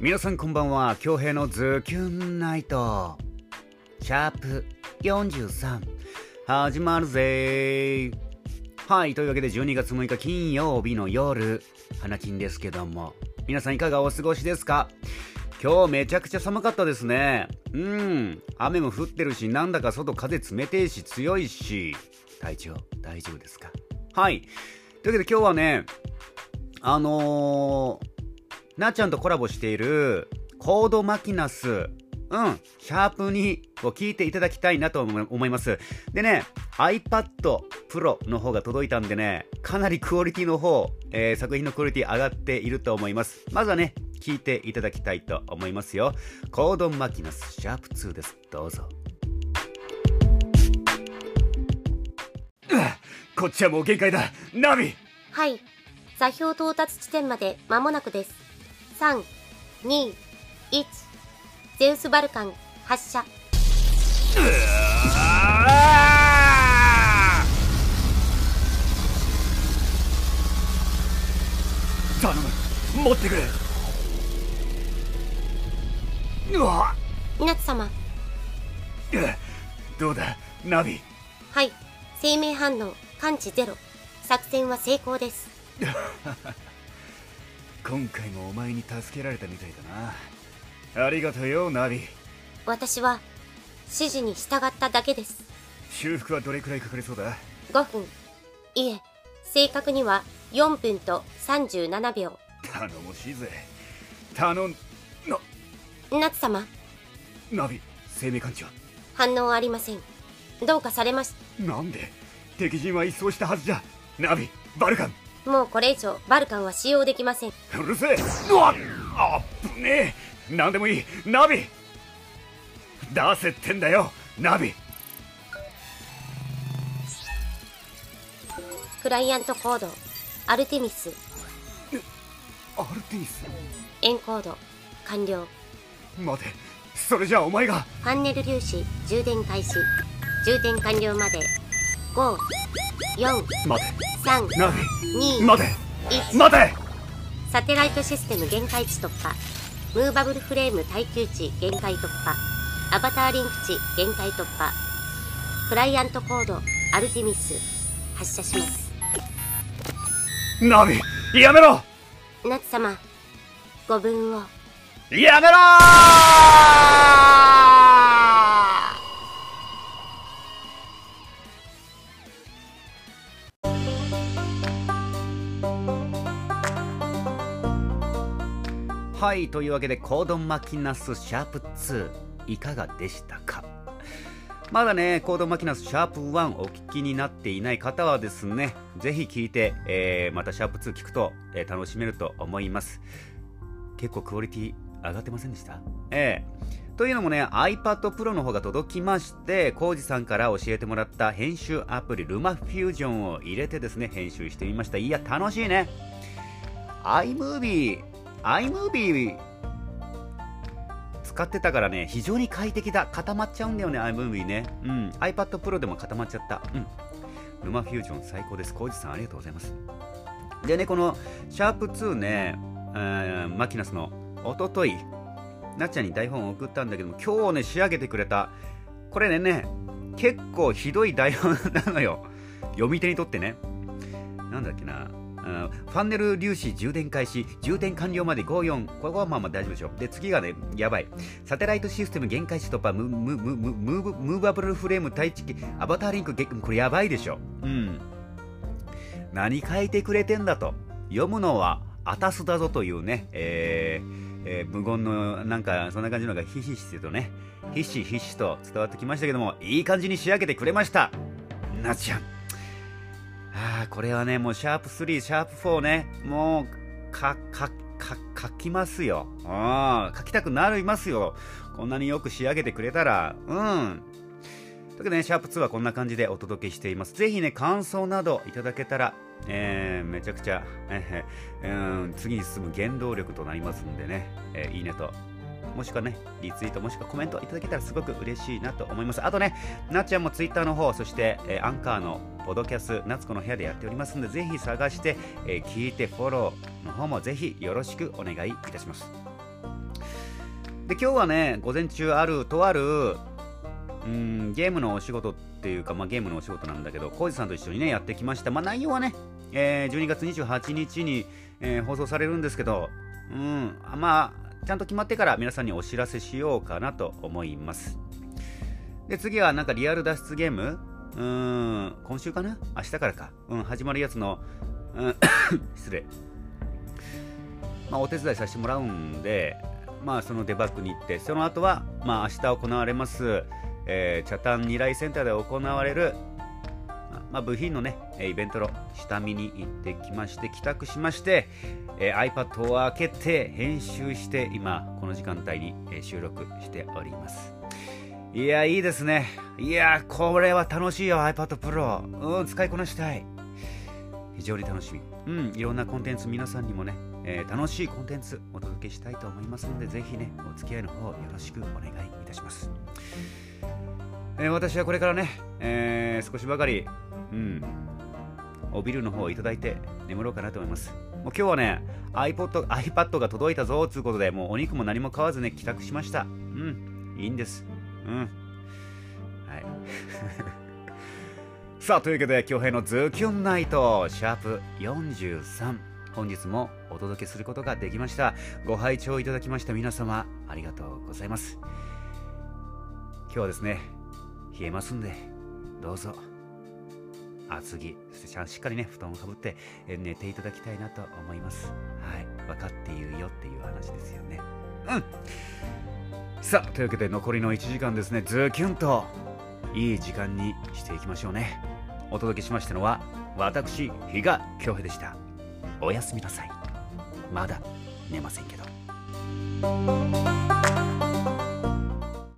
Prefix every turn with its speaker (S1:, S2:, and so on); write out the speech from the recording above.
S1: 皆さんこんばんは。恭平のズキュンナイトシャープ43始まるぜ。はい、というわけで12月6日金曜日の夜、花金ですけども、皆さんいかがお過ごしですか？今日めちゃくちゃ寒かったですね。雨も降ってるし、なんだか外風冷てえし強いし、体調大丈夫ですか？はい、というわけで今日はね、なっちゃんとコラボしているコードマキナス、シャープ2を聞いていただきたいなと思います。でね、iPad Pro の方が届いたんでね、かなりクオリティの方、作品のクオリティ上がっていると思います。まずはね、聞いていただきたいと思いますよ。コードマキナスシャープ2です。どうぞ。こっちはもう限界だ。ナビ。
S2: はい、座標到達地点まで間もなくです。3、2、1、ゼウスバルカン発射。
S1: 頼む、持ってくれ。
S2: 稲津様。
S1: どうだナビ。
S2: はい、生命反応感知ゼロ。作戦は成功です。
S1: 今回もお前に助けられたみたいだな。ありがとうよナビ。
S2: 私は指示に従っただけです。
S1: 修復はどれくらいかかりそうだ
S2: ？5分、いえ、正確には4分と37秒。
S1: 頼もしいぜ。頼んな。
S2: 夏様。
S1: ナビ、生命感知は？
S2: 反応ありません。どうかされまし。
S1: なんで？敵陣は一掃したはずじゃ。ナビ、バルカン。
S2: もうこれ以上バルカンは使用できません。
S1: うるせえ。あっぶねえ。なんでもいいナビ、出せってんだよナビ。
S2: クライアントコードアルテミス。
S1: アルテミス。
S2: エンコード完了。
S1: 待て、それじゃあお前が。
S2: ファンネル粒子充電開始。充電完了まで5、4、
S1: 待て
S2: 3、
S1: ナビ。
S2: 2、
S1: 待て
S2: 1。
S1: 待て。
S2: サテライトシステム限界値突破。ムーバブルフレーム耐久値限界突破。アバターリンク値限界突破。クライアントコードアルティミス発射します。
S1: ナビ、やめろ。
S2: 夏様、ご分を。
S1: やめろー。はい、というわけでコードマキナスシャープ2いかがでしたか？まだね、コードマキナスシャープ1お聞きになっていない方はですね、ぜひ聞いて、またシャープ2聞くと、楽しめると思います。結構クオリティ上がってませんでした？というのもね、iPad Pro の方が届きまして、コウジさんから教えてもらった編集アプリルマフュージョンを入れてですね、編集してみました。いや、楽しいね。iMovie使ってたからね、非常に快適だ。固まっちゃうんだよね、iMovie ね。iPad Pro でも固まっちゃった。ルマフュージョン最高です。コウジさんありがとうございます。でね、このシャープ2ね、マキナスのおとといなっちゃんに台本を送ったんだけども、今日ね仕上げてくれた。これね、結構ひどい台本なのよ、読み手にとってね。なんだっけな、ファンネル粒子充電開始、充電完了まで54。これはまあ大丈夫でしょ。で、次がね、やばい。サテライトシステム限界値突破、ムーバブルフレーム待機、アバターリンク、これやばいでしょ。何書いてくれてんだと。読むのはアタスだぞというね、無言のなんかそんな感じのがひしひしとね、ひしひしと伝わってきましたけども、いい感じに仕上げてくれました。なっちゃん。これはね、もうシャープ3、シャープ4ね、もう書きますよ。書きたくなりますよ。こんなによく仕上げてくれたら。というわけでね、シャープ2はこんな感じでお届けしています。ぜひね、感想などいただけたら、めちゃくちゃ、次に進む原動力となりますんでね、いいねと、もしくはね、リツイート、もしくはコメントいただけたらすごく嬉しいなと思います。あとね、なっちゃんもツイッターの方、そして、アンカーのポドキャス、夏子の部屋でやっておりますので、ぜひ探して、聞いてフォローの方もぜひよろしくお願いいたします。 で今日はね午前中とあるゲームのお仕事っていうか、ゲームのお仕事なんだけど、コウジさんと一緒にねやってきました。内容はね、12月28日に、放送されるんですけど、ちゃんと決まってから皆さんにお知らせしようかなと思います。で次はなんかリアル脱出ゲーム、今週かな、明日からか、始まるやつの、失礼、お手伝いさせてもらうんで、そのデバッグに行って、その後は明日行われます北谷二来センターで行われる、部品のねイベントの下見に行ってきまして、帰宅しまして、iPad を開けて編集して、今この時間帯に、収録しております。いやいいですね。いやこれは楽しいよ。 iPad Pro、使いこなしたい。非常に楽しみ。いろんなコンテンツ皆さんにもね、楽しいコンテンツお届けしたいと思いますので、ぜひねお付き合いの方よろしくお願いいたします。私はこれからね、少しばかりおビルの方をいただいて眠ろうかなと思います。もう今日はね iPad が届いたぞということで、もうお肉も何も買わずね帰宅しました。いいんです。はいさあというわけで、京平のズキュンナイトシャープ43、本日もお届けすることができました。ご拝聴いただきました皆様ありがとうございます。今日はですね冷えますんで、どうぞ厚着、そしてしっかりね布団をかぶって寝ていただきたいなと思います。はい、分かっているよっていう話ですよね。さあというわけで、残りの1時間ですね、ズキュンといい時間にしていきましょうね。お届けしましたのは私比嘉京平でした。おやすみなさい。まだ寝ませんけど。